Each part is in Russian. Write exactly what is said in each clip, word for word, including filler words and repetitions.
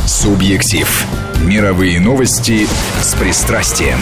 Субъектив. Мировые новости с пристрастием.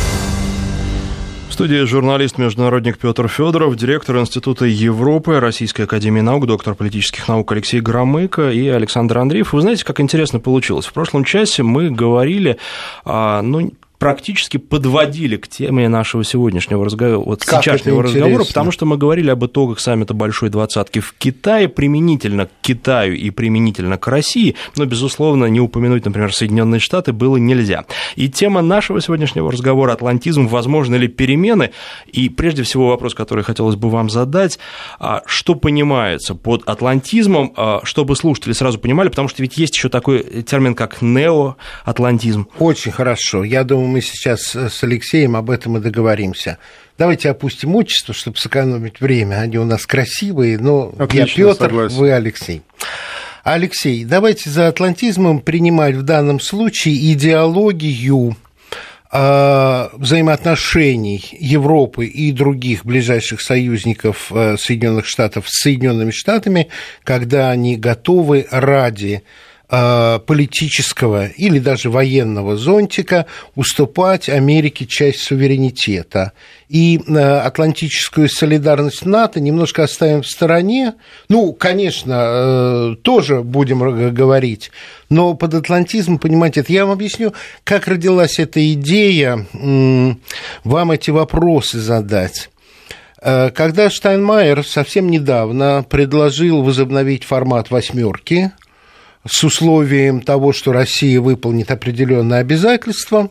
В студии журналист-международник Петр Федоров, директор Института Европы Российской академии наук, доктор политических наук Алексей Громыко и Александр Андреев. Вы знаете, как интересно получилось? В прошлом часе мы говорили, ну, практически подводили к теме нашего сегодняшнего разговора, вот сейчасшнего разговора, потому что мы говорили об итогах саммита Большой Двадцатки в Китае, применительно к Китаю и применительно к России, но, безусловно, не упомянуть, например, Соединенные Штаты было нельзя. И тема нашего сегодняшнего разговора — атлантизм, возможны ли перемены, и прежде всего вопрос, который хотелось бы вам задать, что понимается под атлантизмом, чтобы слушатели сразу понимали, потому что ведь есть еще такой термин, как неоатлантизм. Очень хорошо, я думаю, мы сейчас с Алексеем об этом и договоримся. Давайте опустим отчество, чтобы сэкономить время. Они у нас красивые, но отлично, я Петр, согласен. Вы Алексей. Алексей, давайте за атлантизмом принимать в данном случае идеологию э, взаимоотношений Европы и других ближайших союзников э, Соединенных Штатов с Соединенными Штатами, когда они готовы ради политического или даже военного зонтика уступать Америке часть суверенитета. И атлантическую солидарность НАТО немножко оставим в стороне. Ну, конечно, тоже будем говорить, но под атлантизм, понимаете, это я вам объясню, как родилась эта идея, вам эти вопросы задать. Когда Штайнмайер совсем недавно предложил возобновить формат «восьмерки», с условием того, что Россия выполнит определенные обязательства,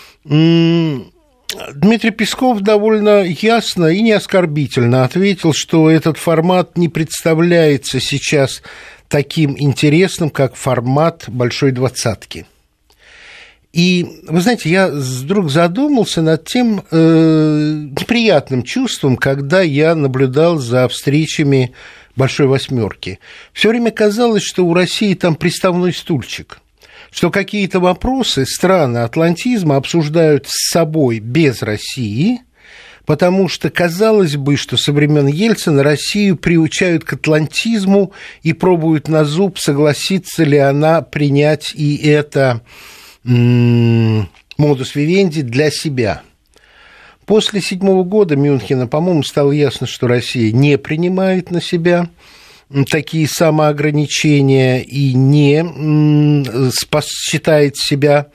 Дмитрий Песков довольно ясно и неоскорбительно ответил, что этот формат не представляется сейчас таким интересным, как формат Большой Двадцатки. И, вы знаете, я вдруг задумался над тем э, неприятным чувством, когда я наблюдал за встречами Большой Восьмерки. Все время казалось, что у России там приставной стульчик, что какие-то вопросы страны атлантизма обсуждают с собой без России, потому что казалось бы, что со времен Ельцина Россию приучают к атлантизму и пробуют на зуб, согласится ли она принять и это м-м, модус вивенди для себя. После седьмого года Мюнхена, по-моему, стало ясно, что Россия не принимает на себя такие самоограничения и не считает себя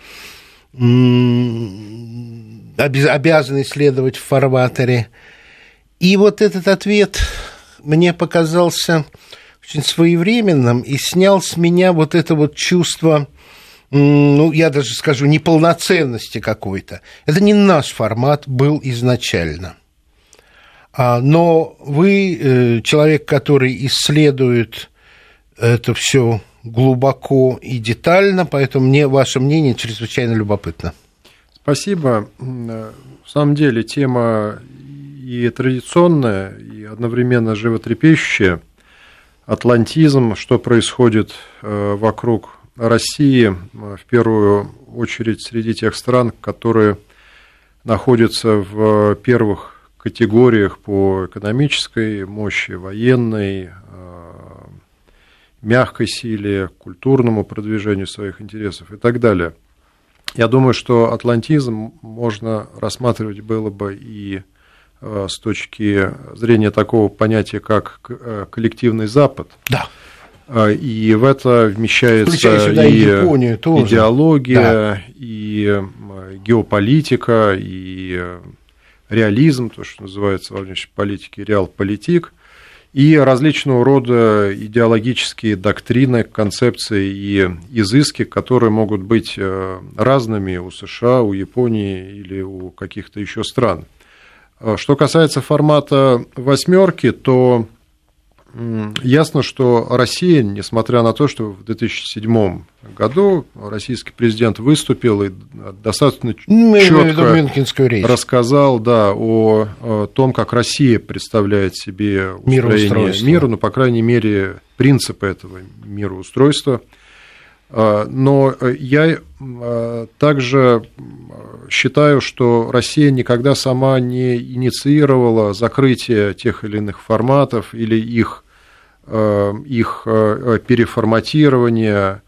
обязанной следовать в фарватере. И вот этот ответ мне показался очень своевременным и снял с меня вот это вот чувство, ну, я даже скажу, неполноценности какой-то. Это не наш формат был изначально. Но вы человек, который исследует это все глубоко и детально, поэтому мне ваше мнение чрезвычайно любопытно. Спасибо. На самом деле тема и традиционная, и одновременно животрепещущая. Атлантизм, что происходит вокруг России, в первую очередь среди тех стран, которые находятся в первых категориях по экономической мощи, военной, мягкой силе, культурному продвижению своих интересов и так далее. Я думаю, что атлантизм можно рассматривать было бы и с точки зрения такого понятия, как коллективный Запад. Да. И в это вмещается и, и идеология, да. и геополитика, и реализм, то, что называется во внешней политике реалполитик, и различного рода идеологические доктрины, концепции и изыски, которые могут быть разными у США, у Японии или у каких-то еще стран. Что касается формата «восьмерки», то ясно, что Россия, несмотря на то, что в две тысячи седьмом году российский президент выступил и достаточно ну, четко рассказал, да, о, о том, как Россия представляет себе устроение мира, ну, по крайней мере, принципы этого мироустройства. Но я также считаю, что Россия никогда сама не инициировала закрытие тех или иных форматов или их, их переформатирование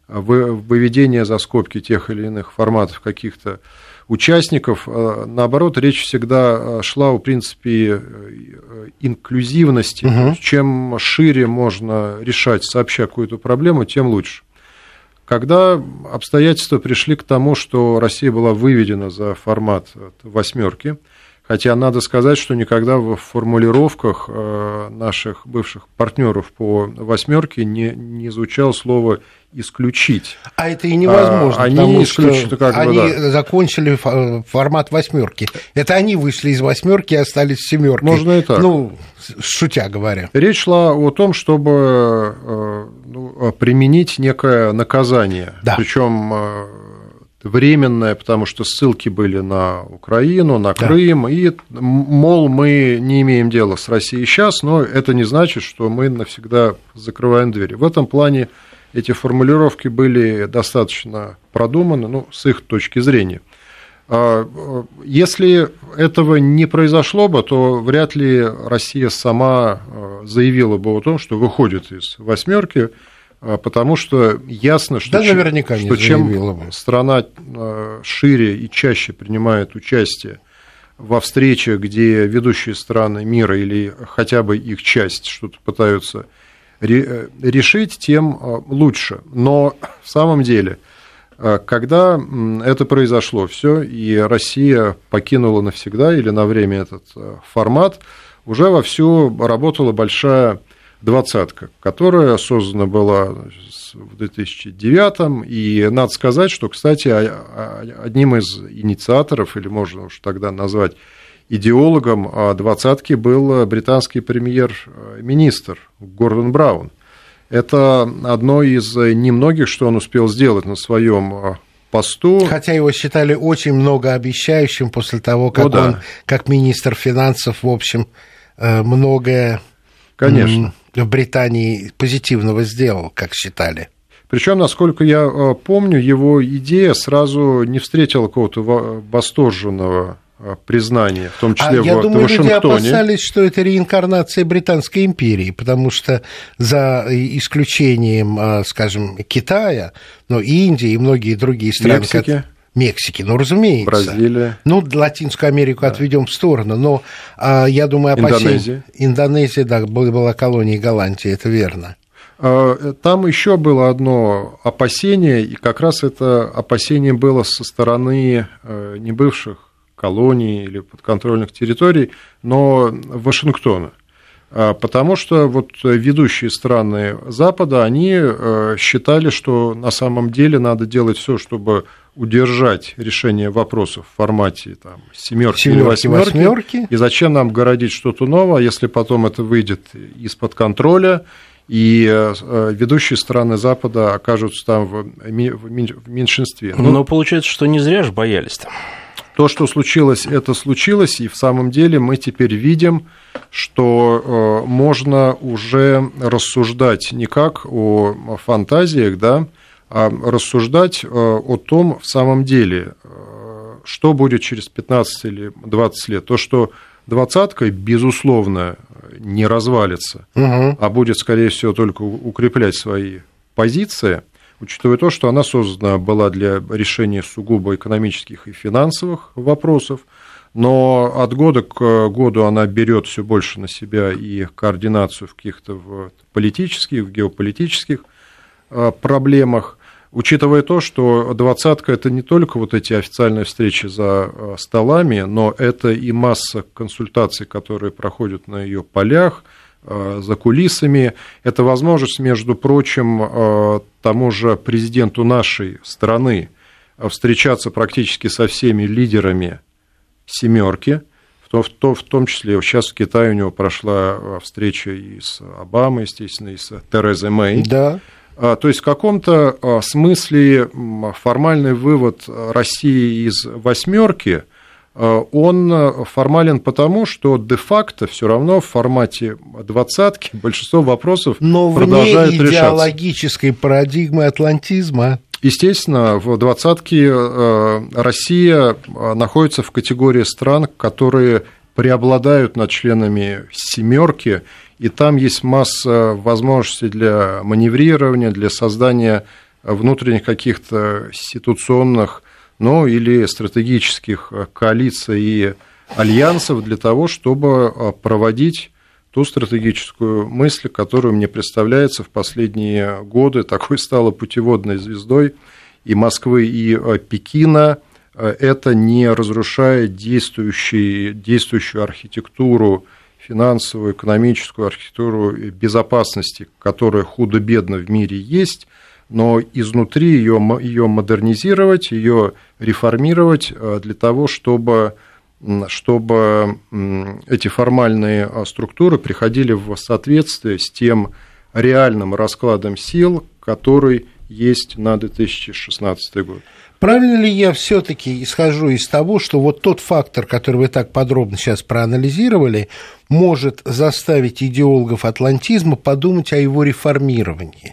выведение за скобки тех или иных форматов каких-то участников. Наоборот, речь всегда шла о принципе инклюзивности. Угу. Чем шире можно решать сообща какую-то проблему, тем лучше. Когда обстоятельства пришли к тому, что Россия была выведена за формат восьмерки, хотя надо сказать, что никогда в формулировках наших бывших партнеров по восьмерке не, не звучало слово «исключить». А это и невозможно, а, они потому исключат, что как бы, они да. закончили формат восьмерки. Это они вышли из восьмерки и остались в семерке. Можно и так. Ну, шутя говоря. Речь шла о том, чтобы ну, применить некое наказание, да. Причем временное, потому что ссылки были на Украину, на Крым, да. И, мол, мы не имеем дела с Россией сейчас, но это не значит, что мы навсегда закрываем двери. В этом плане эти формулировки были достаточно продуманы, ну, с их точки зрения. Если этого не произошло бы, то вряд ли Россия сама заявила бы о том, что выходит из восьмерки, потому что ясно, что, да, чем, что чем страна шире и чаще принимает участие во встречах, где ведущие страны мира или хотя бы их часть что-то пытаются решить, тем лучше. Но в самом деле, когда это произошло все, и Россия покинула навсегда или на время этот формат, уже вовсю работала большая двадцатка, которая создана была в две тысячи девятом, и надо сказать, что, кстати, одним из инициаторов, или можно уж тогда назвать идеологом двадцатки, был британский премьер-министр Гордон Браун. Это одно из немногих, что он успел сделать на своем посту. Хотя его считали очень многообещающим после того, как ну, да. он, как министр финансов, в общем, многое Конечно. в Британии позитивного сделал, как считали. Причем, насколько я помню, его идея сразу не встретила какого-то восторженного признания, в том числе а в я думаю, Вашингтоне. Люди опасались, что это реинкарнация Британской империи, потому что за исключением, скажем, Китая, но Индии и многие другие страны... Мексики. Мексики, ну, разумеется. Бразилия. Ну, Латинскую Америку да. отведем в сторону, но а, я думаю, опасения... Индонезия. Индонезия, да, была колонией Голландии, это верно. Там еще было одно опасение, и как раз это опасение было со стороны не бывших колоний или подконтрольных территорий, но Вашингтона. Потому что вот ведущие страны Запада, они считали, что на самом деле надо делать все, чтобы удержать решение вопросов в формате там, семерки или восьмерки, и зачем нам городить что-то новое, если потом это выйдет из-под контроля, и ведущие страны Запада окажутся там в меньшинстве. Но, Но получается, что не зря же боялись-то. То, что случилось, это случилось, и в самом деле мы теперь видим, что можно уже рассуждать не как о фантазиях, да, а рассуждать о том, в самом деле, что будет через пятнадцать или двадцать лет. То, что двадцатка, безусловно, не развалится, угу. а будет, скорее всего, только укреплять свои позиции, учитывая то, что она создана была для решения сугубо экономических и финансовых вопросов, но от года к году она берет все больше на себя и координацию в каких-то политических, в геополитических проблемах, учитывая то, что двадцатка – это не только вот эти официальные встречи за столами, но это и масса консультаций, которые проходят на ее полях, за кулисами. Это возможность, между прочим, тому же президенту нашей страны встречаться практически со всеми лидерами семерки, в том числе сейчас в Китае у него прошла встреча и с Обамой, естественно, и с Терезой Мэй. Да. То есть в каком-то смысле формальный вывод России из восьмерки, он формален потому, что де-факто все равно в формате двадцатки большинство вопросов Но продолжают вне решаться. Идеологической парадигмы атлантизма. Естественно, в двадцатке Россия находится в категории стран, которые преобладают над членами семерки, и там есть масса возможностей для маневрирования, для создания внутренних каких-то ситуационных, ну, или стратегических коалиций и альянсов для того, чтобы проводить ту стратегическую мысль, которую мне представляется в последние годы, такой стала путеводной звездой и Москвы, и Пекина. Это не разрушает действующую, действующую архитектуру, финансовую, экономическую архитектуру безопасности, которая худо-бедно в мире есть, но изнутри ее, ее модернизировать, ее реформировать для того, чтобы, чтобы эти формальные структуры приходили в соответствие с тем реальным раскладом сил, который есть на две тысячи шестнадцатый год. Правильно ли я все-таки исхожу из того, что вот тот фактор, который вы так подробно сейчас проанализировали, может заставить идеологов атлантизма подумать о его реформировании?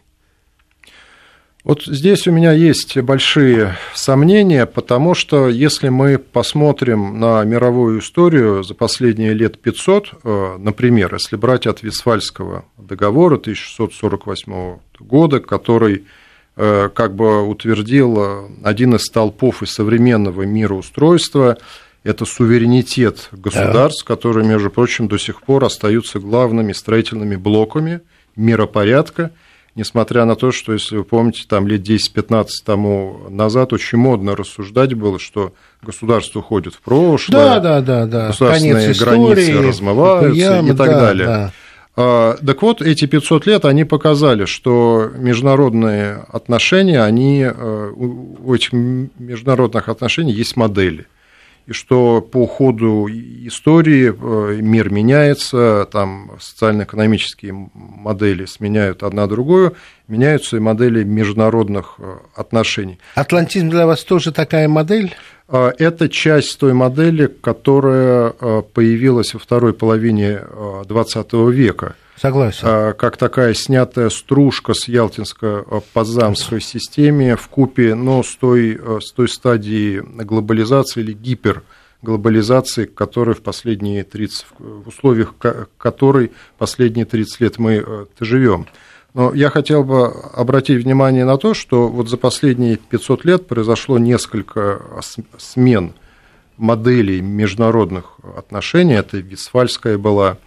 Вот здесь у меня есть большие сомнения, потому что если мы посмотрим на мировую историю за последние лет пятьсот, например, если брать от Вестфальского договора тысяча шестьсот сорок восьмого года, который как бы утвердил один из столпов и современного мироустройства, это суверенитет государств, да. которые, между прочим, до сих пор остаются главными строительными блоками миропорядка, несмотря на то, что, если вы помните, там лет десять-пятнадцать тому назад очень модно рассуждать было, что государство уходит в прошлое, да, да, да, да. государственные Конец границы истории, размываются ямы, и так да, далее. Да. Так вот, эти пятьсот лет, они показали, что международные отношения, они, у этих международных отношений есть модели, и что по ходу истории мир меняется, там социально-экономические модели сменяют одна другую, меняются и модели международных отношений. Атлантизм для вас тоже такая модель? Это часть той модели, которая появилась во второй половине двадцатого века. Согласен. Как такая снятая стружка с Ялтинско-Потсдамской системы вкупе, но с той, с той стадии глобализации или гиперглобализации, которой в последние тридцать, в условиях которой последние тридцать лет мы живем. Но я хотел бы обратить внимание на то, что вот за последние пятьсот лет произошло несколько смен моделей международных отношений. Это Вестфальская была,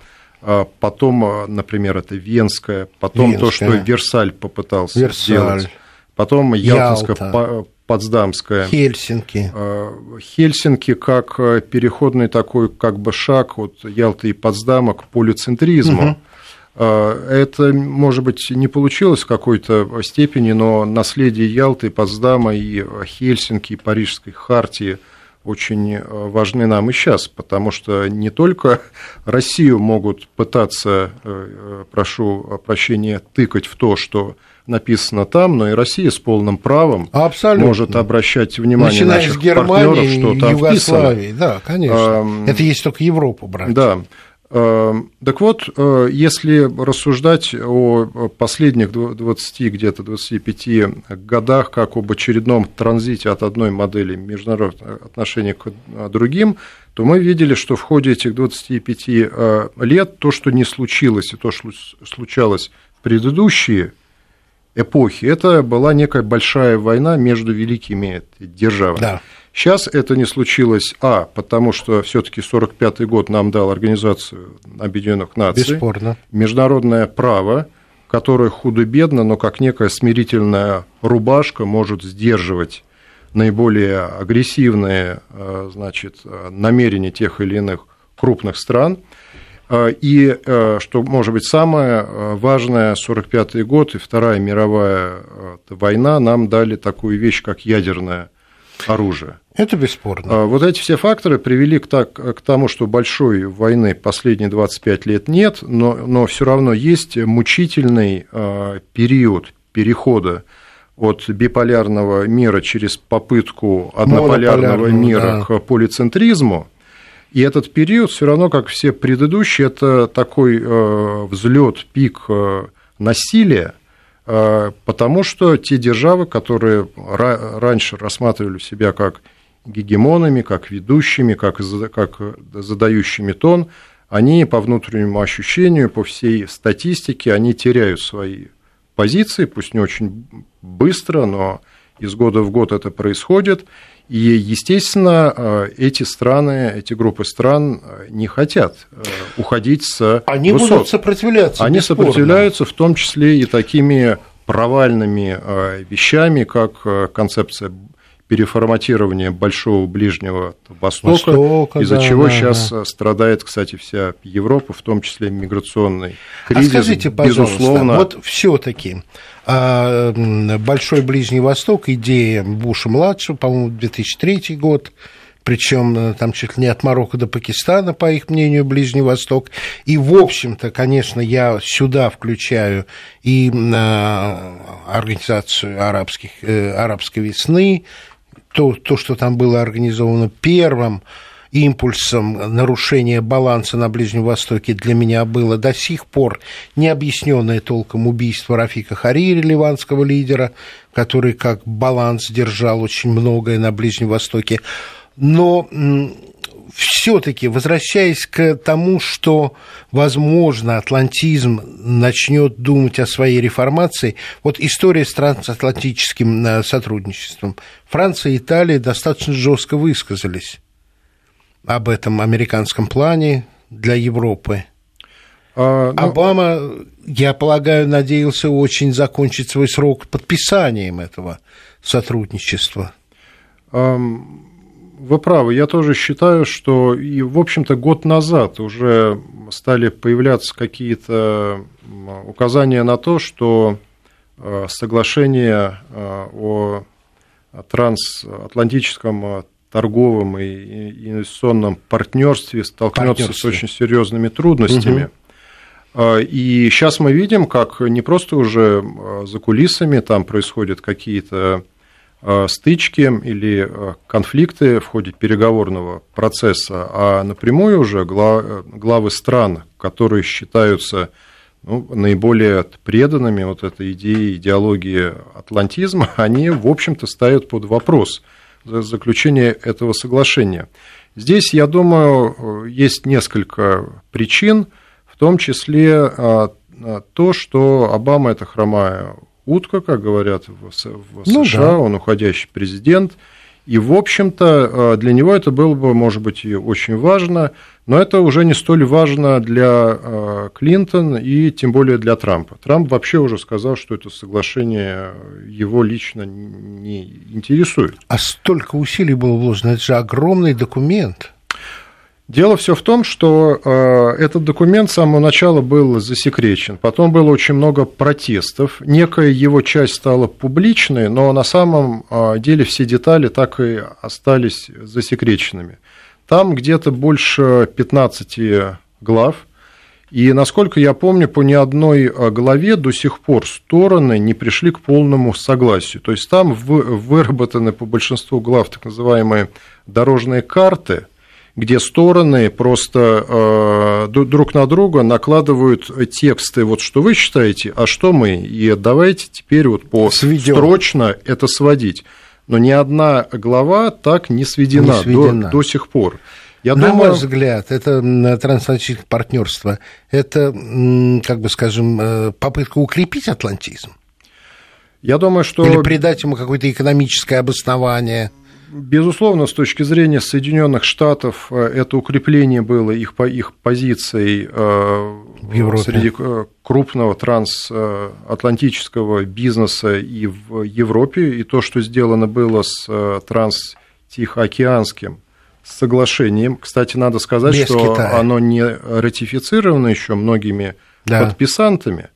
потом, например, это Венская, потом Венская. То, что Версаль попытался Версаль. сделать, потом Ялтинско-Потсдамская, Хельсинки. Хельсинки как переходный такой как бы шаг от Ялты и Потсдама к полицентризму. Угу. Это, может быть, не получилось в какой-то степени, но наследие Ялты, Потсдама и Хельсинки, и Парижской хартии очень важны нам и сейчас, потому что не только Россию могут пытаться, прошу прощения, тыкать в то, что написано там, но и Россия с полным правом Абсолютно. может обращать внимание Начиная наших с Германии, партнеров, что там Югославии. вписано. Да, конечно. А, Это есть только Европу брать. Да. Так вот, если рассуждать о последних двадцати, где-то двадцати пяти годах, как об очередном транзите от одной модели международных отношений к другим, то мы видели, что в ходе этих двадцати пяти лет то, что не случилось, и то, что случалось в предыдущие эпохи, это была некая большая война между великими державами. Да. Сейчас это не случилось, а, потому что все-таки сорок пятый год нам дал Организацию Объединенных Наций, Бесспорно. Международное право, которое худо-бедно, но как некая смирительная рубашка может сдерживать наиболее агрессивные, значит, намерения тех или иных крупных стран. И, что может быть самое важное, сорок пятый год и Вторая мировая война нам дали такую вещь, как ядерное оружие. Это бесспорно. Вот эти все факторы привели к, так, к тому, что большой войны последние двадцать пять лет нет, но, но все равно есть мучительный период перехода от биполярного мира через попытку однополярного мира да. к полицентризму. И этот период все равно, как все предыдущие, это такой взлет, пик насилия, потому что те державы, которые раньше рассматривали себя как гегемонами, как ведущими, как, как задающими тон, они по внутреннему ощущению, по всей статистике, они теряют свои позиции, пусть не очень быстро, но из года в год это происходит. И, естественно, эти страны, эти группы стран не хотят уходить с Они высот. будут сопротивляться. Они бесспорно. сопротивляются, в том числе и такими провальными вещами, как концепция переформатирования Большого Ближнего Востока, Востока из-за да, чего да, сейчас да. страдает, кстати, вся Европа, в том числе миграционный кризис. А скажите, пожалуйста, безусловно... вот все-таки Большой Ближний Восток, идея Буша-младшего, по-моему, две тысячи третий год, причем там чуть ли не от Марокко до Пакистана, по их мнению, Ближний Восток. И, в общем-то, конечно, я сюда включаю и организацию арабских, арабской весны, то, то, что там было организовано первым импульсом нарушения баланса на Ближнем Востоке, для меня было до сих пор необъясненное толком убийство Рафика Харири, ливанского лидера, который как баланс держал очень многое на Ближнем Востоке. Но все-таки, возвращаясь к тому, что, возможно, атлантизм начнет думать о своей реформации, вот история с трансатлантическим сотрудничеством. Франция и Италия достаточно жестко высказались об этом американском плане для Европы. А, ну... Обама, я полагаю, надеялся очень закончить свой срок подписанием этого сотрудничества. Um... Вы правы, я тоже считаю, что, и, в общем-то, год назад уже стали появляться какие-то указания на то, что соглашение о трансатлантическом торговом и инвестиционном партнерстве столкнется с очень серьезными трудностями. Угу. И сейчас мы видим, как не просто уже за кулисами там происходят какие-то стычки или конфликты в ходе переговорного процесса, а напрямую уже главы стран, которые считаются ну, наиболее преданными вот этой идее, идеологии атлантизма, они, в общем-то, ставят под вопрос заключение этого соглашения. Здесь, я думаю, есть несколько причин, в том числе то, что Обама – это хромая утка, как говорят в США, ну, да. Он уходящий президент, и, в общем-то, для него это было бы, может быть, и очень важно, но это уже не столь важно для Клинтон и тем более для Трампа. Трамп вообще уже сказал, что это соглашение его лично не интересует. А столько усилий было вложено, это же огромный документ. Дело все в том, что э, этот документ с самого начала был засекречен, потом было очень много протестов, некая его часть стала публичной, но на самом э, деле все детали так и остались засекреченными. Там где-то больше пятнадцати глав, и, насколько я помню, по ни одной главе до сих пор стороны не пришли к полному согласию. То есть там выработаны по большинству глав так называемые дорожные карты, где стороны просто э, друг на друга накладывают тексты, вот что вы считаете, а что мы, и давайте теперь вот построчно это сводить. Но ни одна глава так не сведена, не сведена. До, до сих пор. Я на думаю... мой взгляд, это трансатлантическое партнерство, это, как бы скажем, попытка укрепить атлантизм? Я думаю, что... Или придать ему какое-то экономическое обоснование? Безусловно, с точки зрения Соединенных Штатов, это укрепление было их, их позиций среди крупного трансатлантического бизнеса и в Европе, и то, что сделано было с транстихоокеанским соглашением. Кстати, надо сказать, без что Китая. Оно не ратифицировано еще многими да. подписантами,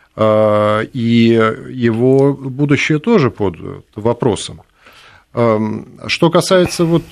и его будущее тоже под вопросом. Что касается вот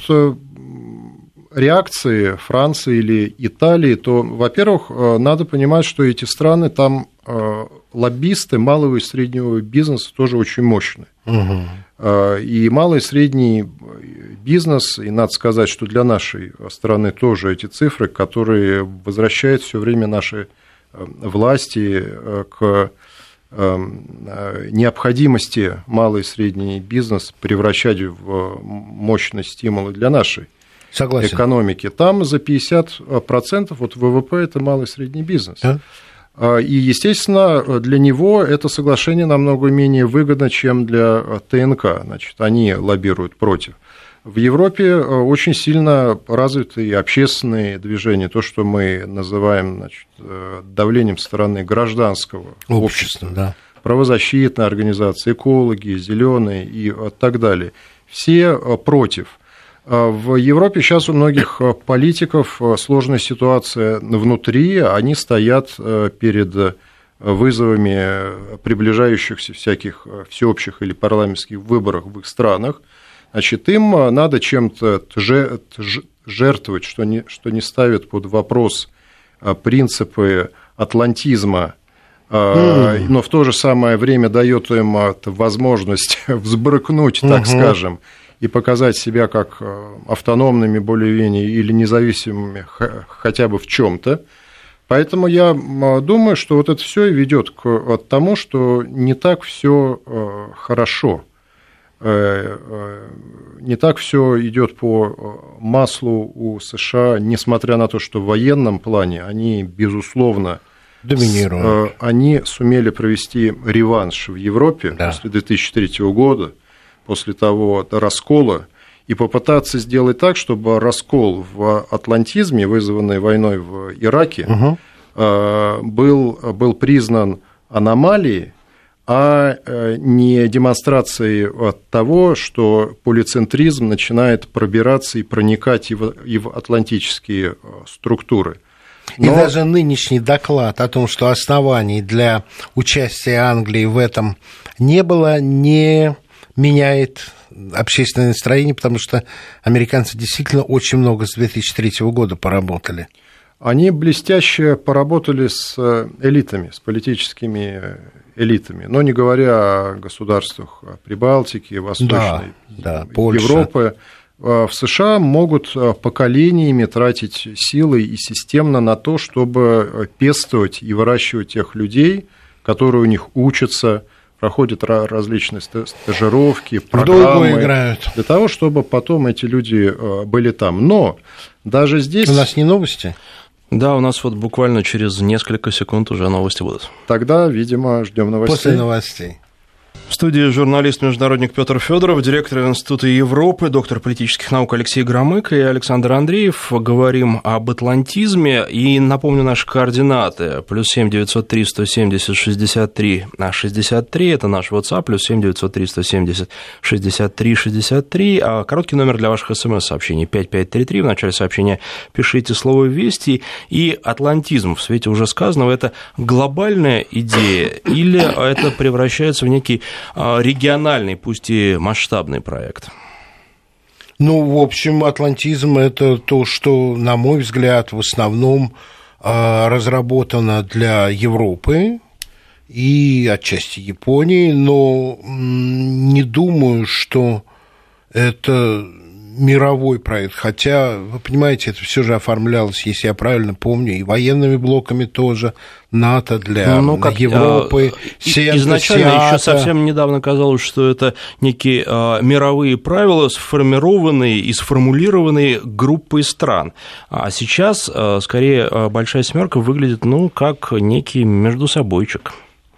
реакции Франции или Италии, то, во-первых, надо понимать, что эти страны, там лоббисты малого и среднего бизнеса тоже очень мощные. Угу. И малый и средний бизнес, и надо сказать, что для нашей страны тоже эти цифры, которые возвращают все время наши власти к необходимости малый и средний бизнес превращать в мощные стимулы для нашей Согласен. экономики. Там за пятьдесят процентов вот ВВП это малый и средний бизнес. А? И, естественно, для него это соглашение намного менее выгодно, чем для ТНК. Значит, они лоббируют против. В Европе очень сильно развиты и общественные движения, то, что мы называем, значит, давлением со стороны гражданского общества, общества да. правозащитные организации, экологи, зеленые и так далее. Все против. В Европе сейчас у многих политиков сложная ситуация внутри, они стоят перед вызовами приближающихся всяких всеобщих или парламентских выборов в их странах. Значит, им надо чем-то жертвовать, что не, что не ставит под вопрос принципы атлантизма, mm. но в то же самое время дает им возможность взбрыкнуть, так mm-hmm. скажем, и показать себя как автономными более-менее или независимыми хотя бы в чем-то. Поэтому я думаю, что вот это все ведет к тому, что не так все хорошо, не так все идет по маслу у США, несмотря на то, что в военном плане они, безусловно, доминируют. Они сумели провести реванш в Европе да. после две тысячи третьего года, после того раскола, и попытаться сделать так, чтобы раскол в атлантизме, вызванный войной в Ираке, угу. был, был признан аномалией, а не демонстрацией того, что полицентризм начинает пробираться и проникать и в, и в атлантические структуры. Но... И даже нынешний доклад о том, что оснований для участия Англии в этом не было, не меняет общественное настроение, потому что американцы действительно очень много с две тысячи третьего года поработали. Они блестяще поработали с элитами, с политическими элитами, но не говоря о государствах Прибалтики, Восточной да, да, Европы. В США могут поколениями тратить силы и системно на то, чтобы пестовать и выращивать тех людей, которые у них учатся, проходят различные стажировки, программы, играют. Для того, чтобы потом эти люди были там. Но даже здесь... У нас не новости? Да, у нас вот буквально через несколько секунд уже новости будут. Тогда, видимо, ждем новостей. После новостей. В студии журналист-международник Петр Федоров, директор Института Европы, доктор политических наук Алексей Громыко и Александр Андреев. Говорим об атлантизме. И напомню наши координаты. Плюс семь девятьсот три сто семьдесят шестьдесят три шестьдесят три. Это наш WhatsApp. Плюс семь девятьсот три сто семьдесят шестьдесят три шестьдесят три. А короткий номер для ваших смс-сообщений пять пять три три. В начале сообщения пишите слово «Вести». И атлантизм, в свете уже сказанного, это глобальная идея или это превращается в некий региональный, пусть и масштабный проект? Ну, в общем, атлантизм – это то, что, на мой взгляд, в основном разработано для Европы и отчасти Японии, но не думаю, что это мировой проект, хотя, вы понимаете, это все же оформлялось, если я правильно помню, и военными блоками тоже, НАТО для ну, как, Европы, Сиэнто, изначально Сиата. Еще совсем недавно казалось, что это некие а, мировые правила, сформированные и сформулированные группой стран, а сейчас, а, скорее, большая семерка выглядит, ну, как некий междусобойчик.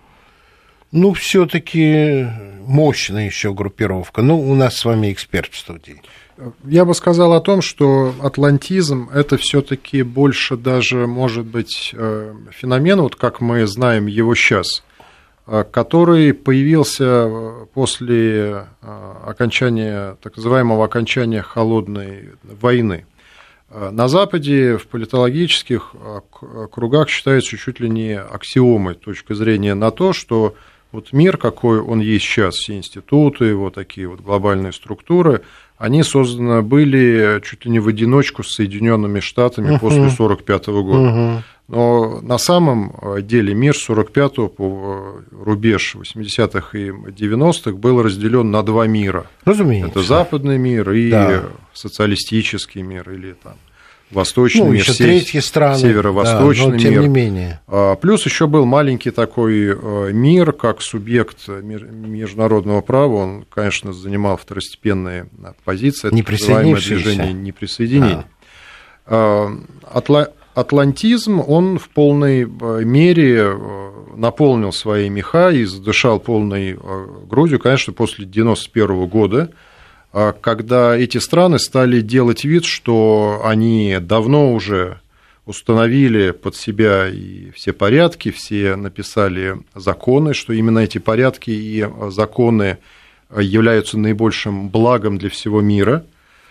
Ну, все-таки мощная еще группировка. Ну, у нас с вами эксперт в студии. Я бы сказал о том, что атлантизм – это все-таки больше даже, может быть, феномен, вот как мы знаем его сейчас, который появился после окончания, так называемого окончания холодной войны. На Западе в политологических кругах считается чуть ли не аксиомой точка зрения на то, что вот мир, какой он есть сейчас, все институты, вот такие вот глобальные структуры, они созданы были чуть ли не в одиночку с Соединенными Штатами uh-huh. после сорок пятого года. Uh-huh. Но на самом деле мир с сорок пятого по рубеж восьмидесятых и девяностых был разделен на два мира. Разумеется. Это западный мир и да. социалистический мир, или там восточный ну, мир, еще третьи страны, северо-восточный да, но тем мир. Не менее. Плюс еще был маленький такой мир, как субъект международного права. Он, конечно, занимал второстепенные позиции. Это называемое движение неприсоединения. А. Атла... атлантизм, он в полной мере наполнил свои меха и задышал полной грудью, конечно, после девяносто первого года, когда эти страны стали делать вид, что они давно уже установили под себя и все порядки, все написали законы, что именно эти порядки и законы являются наибольшим благом для всего мира.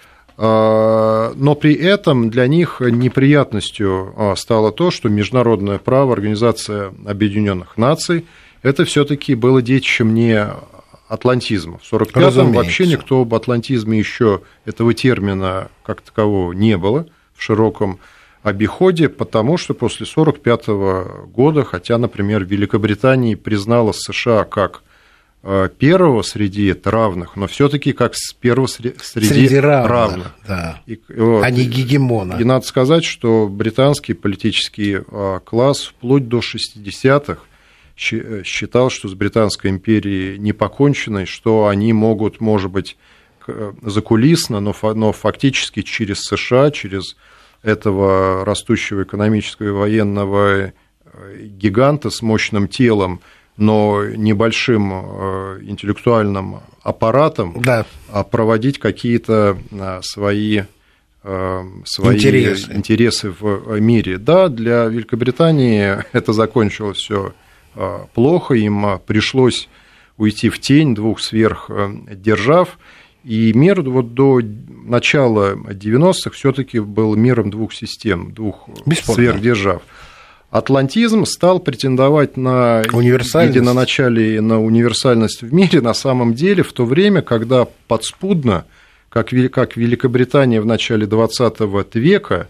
Но при этом для них неприятностью стало то, что международное право, Организация Объединенных Наций, это все-таки было детищем не атлантизма. В сорок пятом вообще никто об атлантизме еще этого термина как такового не было в широком обиходе, потому что после сорок пятого года, хотя, например, Великобритания признала США как первого среди равных, но все-таки как первого среди, среди равных, равных. Да. И, вот, а не гегемона. И надо сказать, что британский политический класс вплоть до шестидесятых считал, что с Британской империей не покончено, что они могут, может быть, закулисно, но, но фактически через США, через этого растущего экономического и военного гиганта с мощным телом, но небольшим интеллектуальным аппаратом, да, проводить какие-то свои, свои интересы. интересы в мире. Да, для Великобритании это закончилось все плохо, им пришлось уйти в тень двух сверхдержав, и мир вот до начала девяностых все-таки был миром двух систем, двух Бесспорно. сверхдержав. Атлантизм стал претендовать на единоначалие, на универсальность в мире на самом деле в то время, когда подспудно, как Великобритания в начале двадцатого века,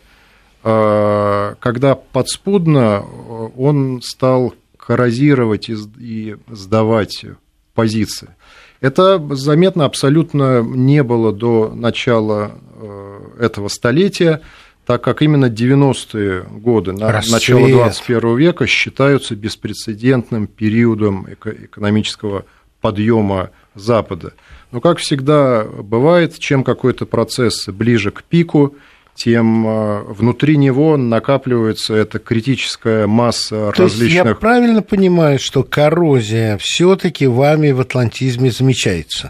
когда подспудно он стал коррозировать и сдавать позиции. Это заметно абсолютно не было до начала этого столетия, так как именно девяностые годы, начало двадцать первого века считаются беспрецедентным периодом экономического подъема Запада. Но, как всегда бывает, чем какой-то процесс ближе к пику, тем внутри него накапливается эта критическая масса То различных... есть я правильно понимаю, что коррозия все-таки вами в атлантизме замечается?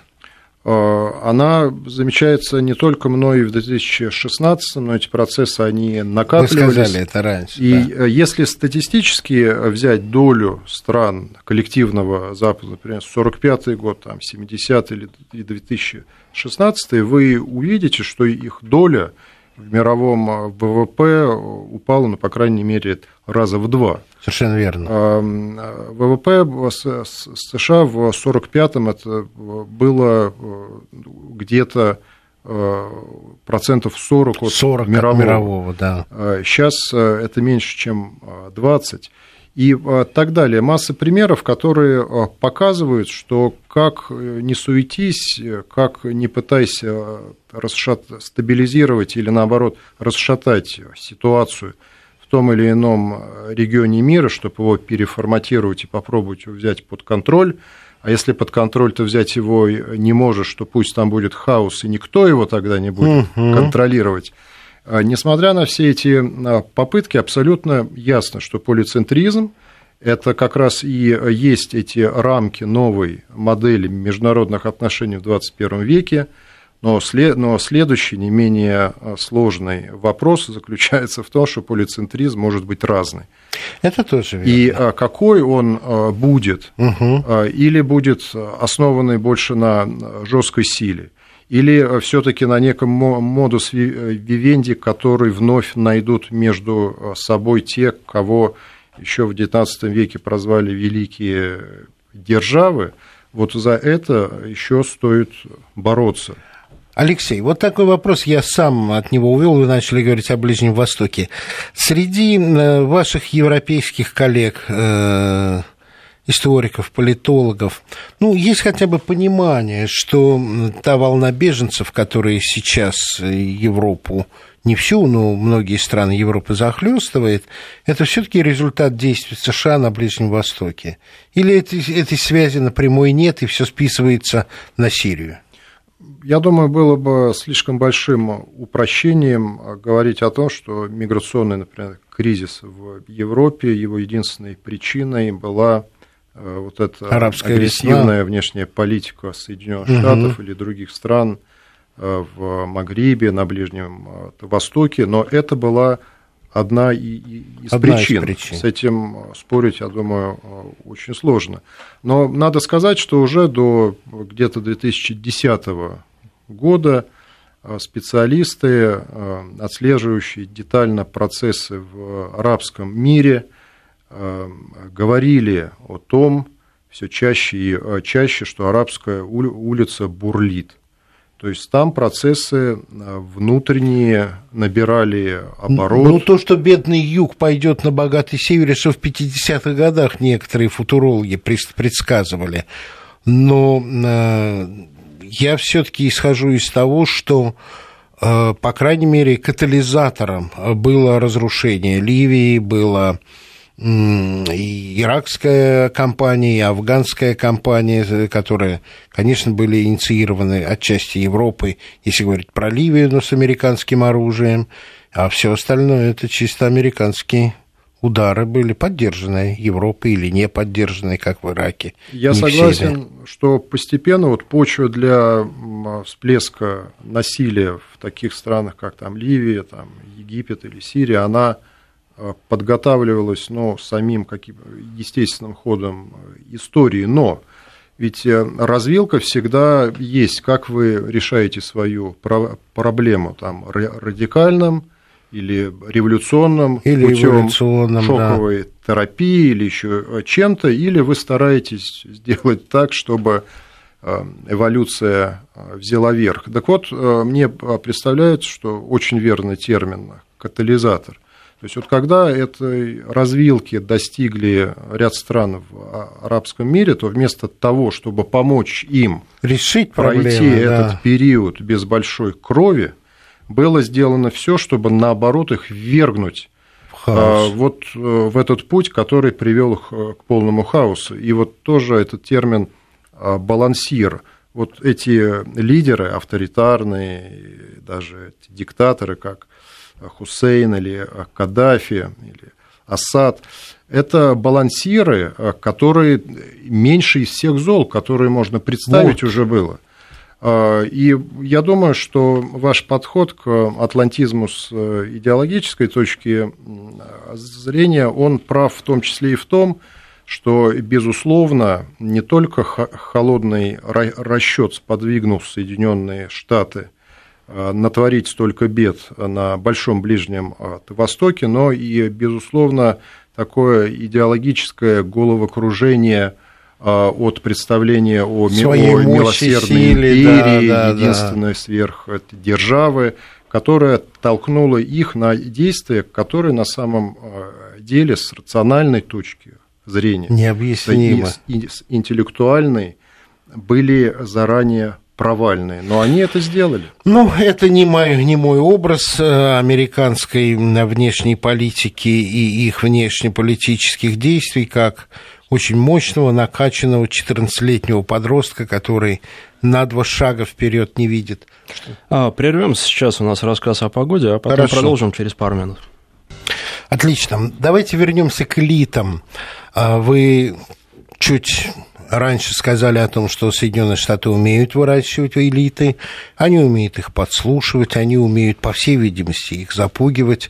Она замечается не только мной в две тысячи шестнадцатом, но эти процессы, они накапливались. Вы сказали это раньше. И да. если статистически взять долю стран коллективного Запада, например, сорок пятый год, там, семидесятый или две тысячи шестнадцатый, вы увидите, что их доля в мировом ВВП упала, ну, по крайней мере, раза в два. Совершенно верно. ВВП США в сорок пятом это было где-то процентов сорок от сорок мирового. От мирового, да. Сейчас это меньше, чем двадцать. И так далее. Масса примеров, которые показывают, что как ни суетись, как ни пытайся расшат... стабилизировать или, наоборот, расшатать ситуацию в том или ином регионе мира, чтобы его переформатировать и попробовать его взять под контроль, а если под контроль, то взять его не можешь, то пусть там будет хаос, и никто его тогда не будет uh-huh. контролировать. Несмотря на все эти попытки, абсолютно ясно, что полицентризм – это как раз и есть эти рамки новой модели международных отношений в двадцать первом веке, но следующий, не менее сложный вопрос заключается в том, что полицентризм может быть разный. Это тоже верно. И какой он будет, угу. или будет основанный больше на жесткой силе, или все-таки на неком модус вивенди, который вновь найдут между собой те, кого еще в девятнадцатом веке прозвали великие державы, вот за это еще стоит бороться. Алексей, вот такой вопрос, я сам от него увел, вы начали говорить о Ближнем Востоке. Среди ваших европейских коллег, историков, политологов, ну, есть хотя бы понимание, что та волна беженцев, которая сейчас Европу, не всю, но многие страны Европы захлестывает, это все-таки результат действий США на Ближнем Востоке? Или этой, этой связи напрямую нет, и все списывается на Сирию? Я думаю, было бы слишком большим упрощением говорить о том, что миграционный, например, кризис в Европе, его единственной причиной была вот эта арабская агрессивная весна. Внешняя политика Соединенных угу. Штатов или других стран в Магрибе, на Ближнем Востоке, но это была одна из, одна причин. из причин. С этим спорить, я думаю, очень сложно. Но надо сказать, что уже до где-то две тысячи десятого года специалисты, отслеживающие детально процессы в арабском мире, говорили о том все чаще и чаще, что арабская улица бурлит. То есть там процессы внутренние набирали оборот. Ну, то, что бедный юг пойдет на богатый север, что в пятидесятых годах некоторые футурологи предсказывали. Но э, я все-таки исхожу из того, что, э, по крайней мере, катализатором было разрушение Ливии, было и иракская кампания, и афганская кампания, которые, конечно, были инициированы отчасти Европой, если говорить про Ливию, но с американским оружием, а все остальное это чисто американские удары были, поддержанные Европой или не поддержанные, как в Ираке. Я не согласен, что постепенно вот почва для всплеска насилия в таких странах, как там Ливия, там, Египет или Сирия, она подготавливалось, ну, самим каким естественным ходом истории, но ведь развилка всегда есть, как вы решаете свою проблему, там, радикальным или революционным или путем шоковой да. терапии или еще чем-то, или вы стараетесь сделать так, чтобы эволюция взяла верх. Так вот, мне представляется, что очень верный термин катализатор. То есть вот когда этой развилки достигли ряд стран в арабском мире, то вместо того, чтобы помочь им решить пройти проблемы, этот да. период без большой крови, было сделано все, чтобы наоборот их ввергнуть а, вот в этот путь, который привел их к полному хаосу. И вот тоже этот термин балансир. Вот эти лидеры авторитарные, даже эти диктаторы, как Хусейн или Каддафи или Асад, это балансиры, которые меньше из всех зол, которые можно представить, вот. Уже было. И я думаю, что ваш подход к атлантизму с идеологической точки зрения, он прав в том числе и в том, что, безусловно, не только холодный расчет сподвигнул Соединенные Штаты натворить столько бед на Большом Ближнем Востоке, но и, безусловно, такое идеологическое головокружение от представления о, о милосердной империи, да, да, единственной да. сверхдержавы, которая толкнула их на действия, которые на самом деле с рациональной точки зрения, необъяснимо. И с интеллектуальной, были заранее провальные, но они это сделали. Ну, это не мой, не мой образ американской внешней политики и их внешнеполитических действий, как очень мощного, накачанного четырнадцатилетнего подростка, который на два шага вперед не видит. А, прервемся сейчас, у нас рассказ о погоде, а потом Хорошо. Продолжим через пару минут. Отлично. Давайте вернемся к элитам. Вы чуть раньше сказали о том, что Соединенные Штаты умеют выращивать элиты, они умеют их подслушивать, они умеют, по всей видимости, их запугивать.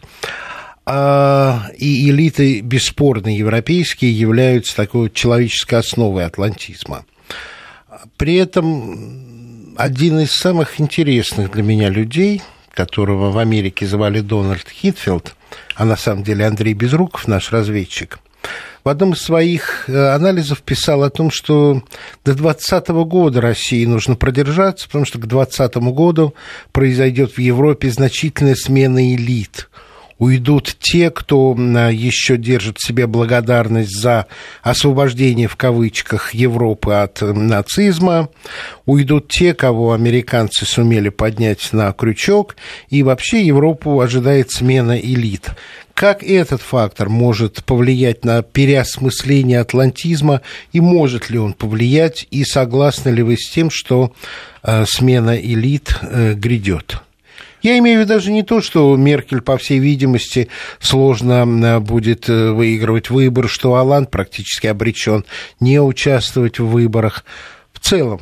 И элиты, бесспорно, европейские, являются такой человеческой основой атлантизма. При этом один из самых интересных для меня людей, которого в Америке звали Дональд Хитфилд, а на самом деле Андрей Безруков, наш разведчик, в одном из своих анализов писал о том, что до двадцатого года России нужно продержаться, потому что к двадцатому году произойдет в Европе значительная смена элит. Уйдут те, кто еще держит в себе благодарность за освобождение, в кавычках, Европы от нацизма. Уйдут те, кого американцы сумели поднять на крючок. И вообще Европу ожидает смена элит. Как этот фактор может повлиять на переосмысление атлантизма? И может ли он повлиять? И согласны ли вы с тем, что смена элит грядет? Я имею в виду даже не то, что Меркель, по всей видимости, сложно будет выигрывать выборы, что Олланд практически обречен не участвовать в выборах. В целом.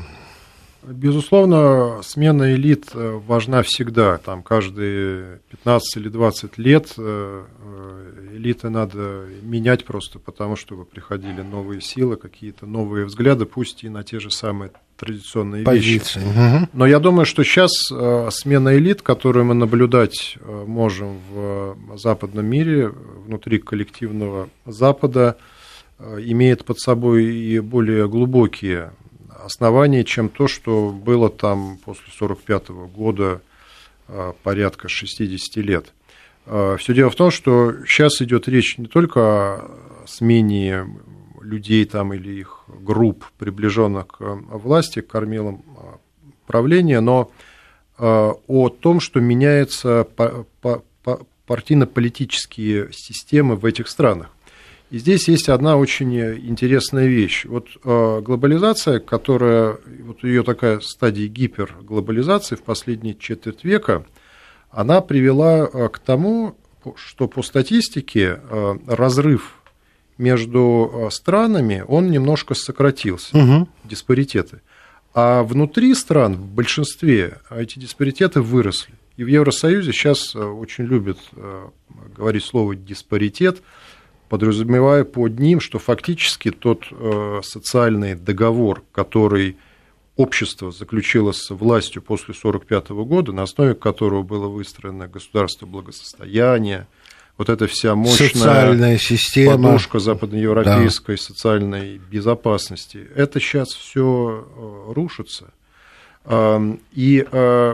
Безусловно, смена элит важна всегда. Там каждые пятнадцать или двадцать лет элиты надо менять просто потому, чтобы приходили новые силы, какие-то новые взгляды, пусть и на те же самые традиционные позиции. Вещи. Угу. Но я думаю, что сейчас смена элит, которую мы наблюдать можем в западном мире, внутри коллективного Запада, имеет под собой и более глубокие основания, чем то, что было там после сорок пятого года порядка шестьдесят лет. Все дело в том, что сейчас идет речь не только о смене людей там или их групп, приближенных к власти, к кормилам правления, но о том, что меняются партийно-политические системы в этих странах. И здесь есть одна очень интересная вещь. Вот глобализация, которая, вот ее такая стадия гиперглобализации в последние четверть века, она привела к тому, что по статистике разрыв между странами, он немножко сократился, угу. диспаритеты. А внутри стран, в большинстве, эти диспаритеты выросли. И в Евросоюзе сейчас очень любят говорить слово «диспаритет», подразумевая под ним, что фактически тот социальный договор, который общество заключило с властью после сорок пятого года, на основе которого было выстроено государство благосостояния, вот эта вся мощная социальная система, подушка западноевропейской да. социальной безопасности, это сейчас все рушится. И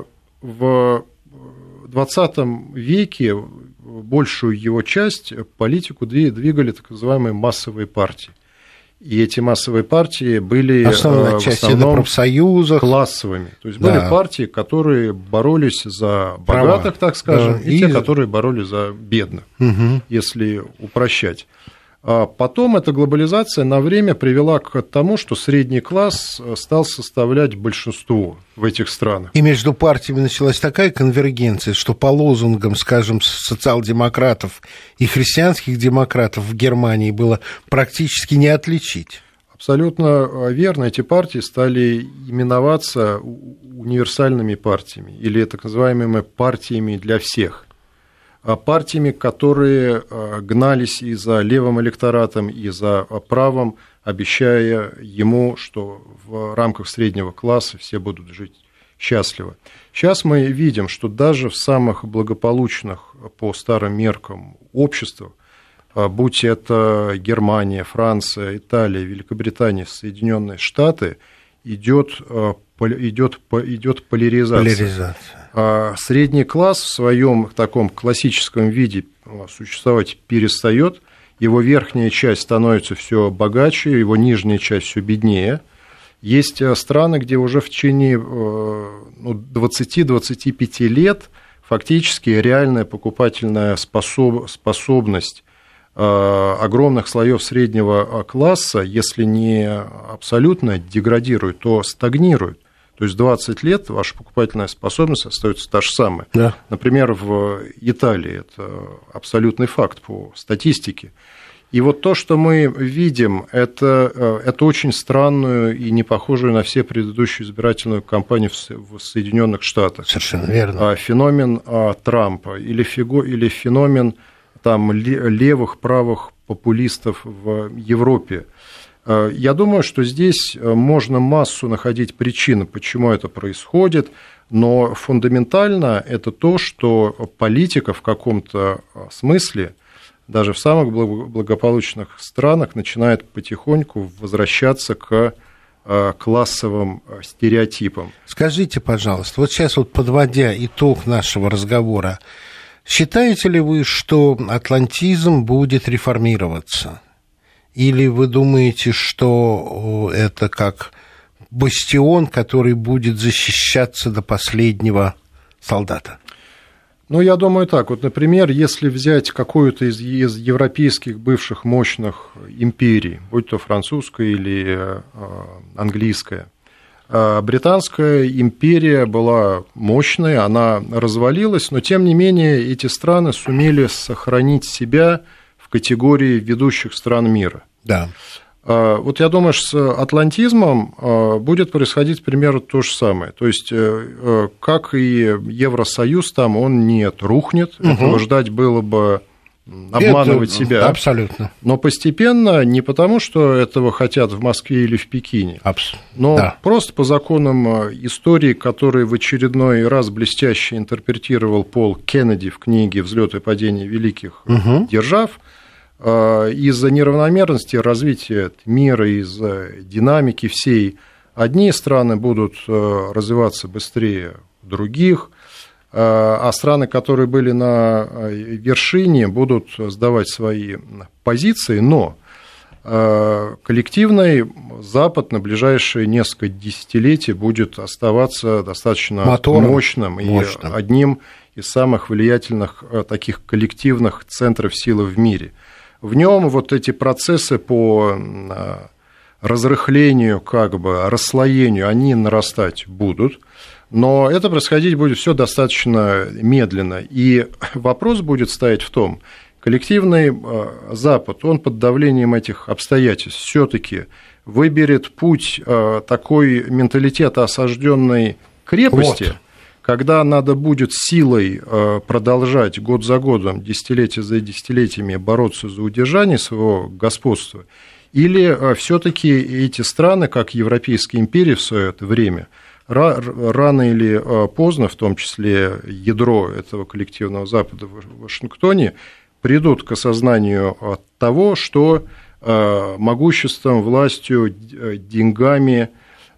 в двадцатом веке большую его часть политику двигали так называемые массовые партии. И эти массовые партии были основная в основном классовыми. То есть да. были партии, которые боролись за богатых, права. Так скажем, да. и, и те, которые боролись за бедных, угу. если упрощать. А потом эта глобализация на время привела к тому, что средний класс стал составлять большинство в этих странах. И между партиями началась такая конвергенция, что по лозунгам, скажем, социал-демократов и христианских демократов в Германии было практически не отличить. Абсолютно верно. Эти партии стали именоваться универсальными партиями или так называемыми партиями для всех. Партиями, которые гнались и за левым электоратом, и за правым, обещая ему, что в рамках среднего класса все будут жить счастливо. Сейчас мы видим, что даже в самых благополучных по старым меркам обществах, будь это Германия, Франция, Италия, Великобритания, Соединенные Штаты, идет, идет, идет поляризация. поляризация. Средний класс в своем таком классическом виде существовать перестает, его верхняя часть становится все богаче, его нижняя часть все беднее. Есть страны, где уже в течение ну, двадцати-двадцати пяти лет фактически реальная покупательная способ, способность огромных слоев среднего класса, если не абсолютно деградирует, то стагнирует. То есть двадцать лет ваша покупательная способность остается та же самая. Да. Например, в Италии это абсолютный факт по статистике. И вот то, что мы видим, это, это очень странную и не похожую на все предыдущие избирательную кампанию в Соединенных Штатах. Совершенно верно. Феномен Трампа или, фиго, или феномен там, левых, правых популистов в Европе. Я думаю, что здесь можно массу находить причин, почему это происходит, но фундаментально это то, что политика в каком-то смысле, даже в самых благополучных странах, начинает потихоньку возвращаться к классовым стереотипам. Скажите, пожалуйста, вот сейчас вот подводя итог нашего разговора, считаете ли вы, что атлантизм будет реформироваться? Или вы думаете, что это как бастион, который будет защищаться до последнего солдата? Ну, я думаю так. Вот, например, если взять какую-то из, из европейских бывших мощных империй, будь то французская или английская, Британская империя была мощной, она развалилась, но тем не менее эти страны сумели сохранить себя в категории ведущих стран мира. Да. Вот я думаю, что с атлантизмом будет происходить примерно то же самое. То есть, как и Евросоюз, там он нет, рухнет, угу. Этого ждать было бы обманывать это, себя. Абсолютно. Но постепенно, не потому, что этого хотят в Москве или в Пекине, Абс... но да. просто по законам истории, которые в очередной раз блестяще интерпретировал Пол Кеннеди в книге «Взлет и падение великих угу. держав», из-за неравномерности развития мира, из-за динамики всей, одни страны будут развиваться быстрее других, а страны, которые были на вершине, будут сдавать свои позиции, но коллективный Запад на ближайшие несколько десятилетий будет оставаться достаточно Мотором. мощным и Мощным. одним из самых влиятельных таких коллективных центров силы в мире. В нем вот эти процессы по разрыхлению, как бы расслоению, они нарастать будут, но это происходить будет все достаточно медленно. И вопрос будет стоять в том, коллективный Запад, он под давлением этих обстоятельств все-таки выберет путь такой менталитета осажденной крепости, вот. Когда надо будет силой продолжать год за годом, десятилетие за десятилетиями бороться за удержание своего господства, или все-таки эти страны, как Европейская империя в свое это время, рано или поздно, в том числе ядро этого коллективного Запада в Вашингтоне, придут к осознанию того, что могуществом, властью, деньгами,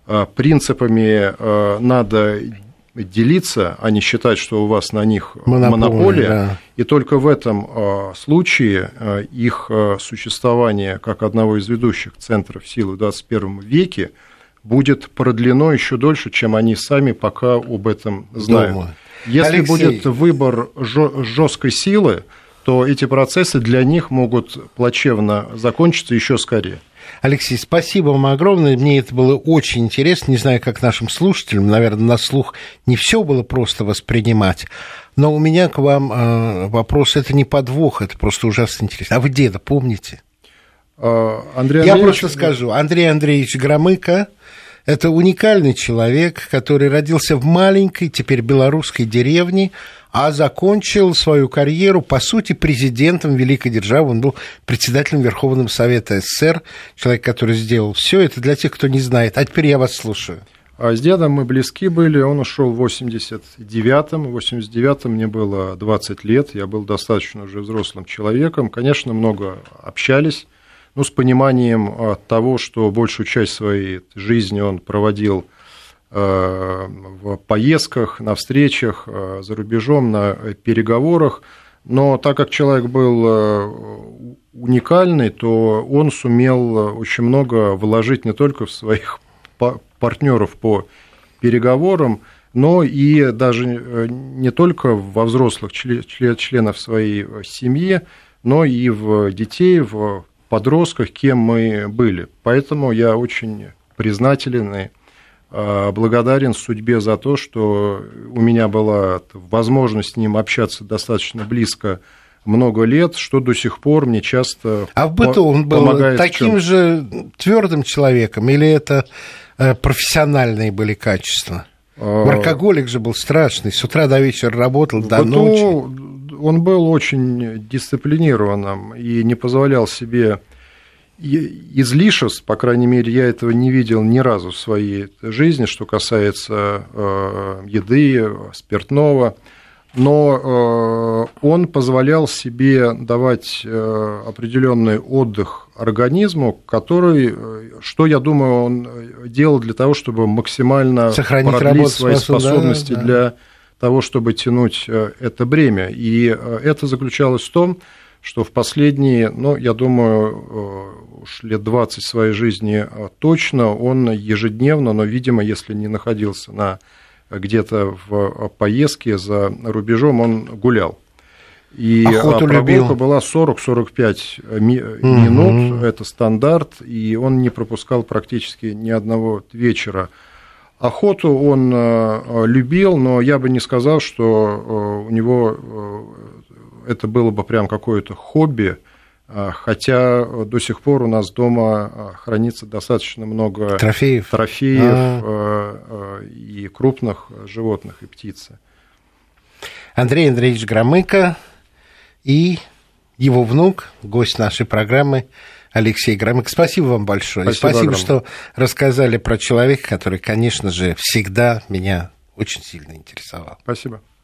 принципами надо делиться, а не считать, что у вас на них монополия, монополия да. И только в этом случае их существование как одного из ведущих центров силы в двадцать первом веке будет продлено еще дольше, чем они сами пока об этом знают. Думаю. Если Алексей... будет выбор жесткой силы, то эти процессы для них могут плачевно закончиться еще скорее. Алексей, спасибо вам огромное. Мне это было очень интересно. Не знаю, как нашим слушателям, наверное, на слух не все было просто воспринимать. Но у меня к вам вопрос. Это не подвох, это просто ужасно интересно. А вы деда помните? Андрей Я Андреевич... просто скажу. Андрей Андреевич Громыко – это уникальный человек, который родился в маленькой, теперь белорусской деревне, а закончил свою карьеру, по сути, президентом великой державы. Он был председателем Верховного Совета СССР, человек, который сделал все это для тех, кто не знает. А теперь я вас слушаю. А с дедом мы близки были, он ушел в восемьдесят девятом, в восемьдесят девятом мне было двадцать лет, я был достаточно уже взрослым человеком, конечно, много общались, но с пониманием того, что большую часть своей жизни он проводил в поездках, на встречах за рубежом, на переговорах, но так как человек был уникальный, то он сумел очень много вложить не только в своих партнеров по переговорам, но и даже не только во взрослых членов своей семьи, но и в детей, в подростках, кем мы были. Поэтому я очень признателен и благодарен судьбе за то, что у меня была возможность с ним общаться достаточно близко много лет, что до сих пор мне часто помогает. А в быту он был таким же твердым человеком, или это профессиональные были качества? Workaholic же был страшный, с утра до вечера работал, до ночи. Он был очень дисциплинированным и не позволял себе излишеств, по крайней мере, я этого не видел ни разу в своей жизни, что касается еды, спиртного, но он позволял себе давать определенный отдых организму, который, что, я думаю, он делал для того, чтобы максимально сохранить продлить свои способности да, да. для того, чтобы тянуть это бремя. И это заключалось в том, что в последние, ну, я думаю, уж лет двадцать своей жизни точно, он ежедневно, но, видимо, если не находился на, где-то в поездке за рубежом, он гулял. И Охоту прогулка любил. была сорок-сорок пять минут, угу. Это стандарт, и он не пропускал практически ни одного вечера Охоту он любил, но я бы не сказал, что у него это было бы прям какое-то хобби, хотя до сих пор у нас дома хранится достаточно много трофеев, трофеев и крупных животных, и птицы. Андрей Андреевич Громыко и его внук, гость нашей программы Алексей Громыко. Спасибо вам большое. Спасибо, Спасибо, огромное. что рассказали про человека, который, конечно же, всегда меня очень сильно интересовал. Спасибо.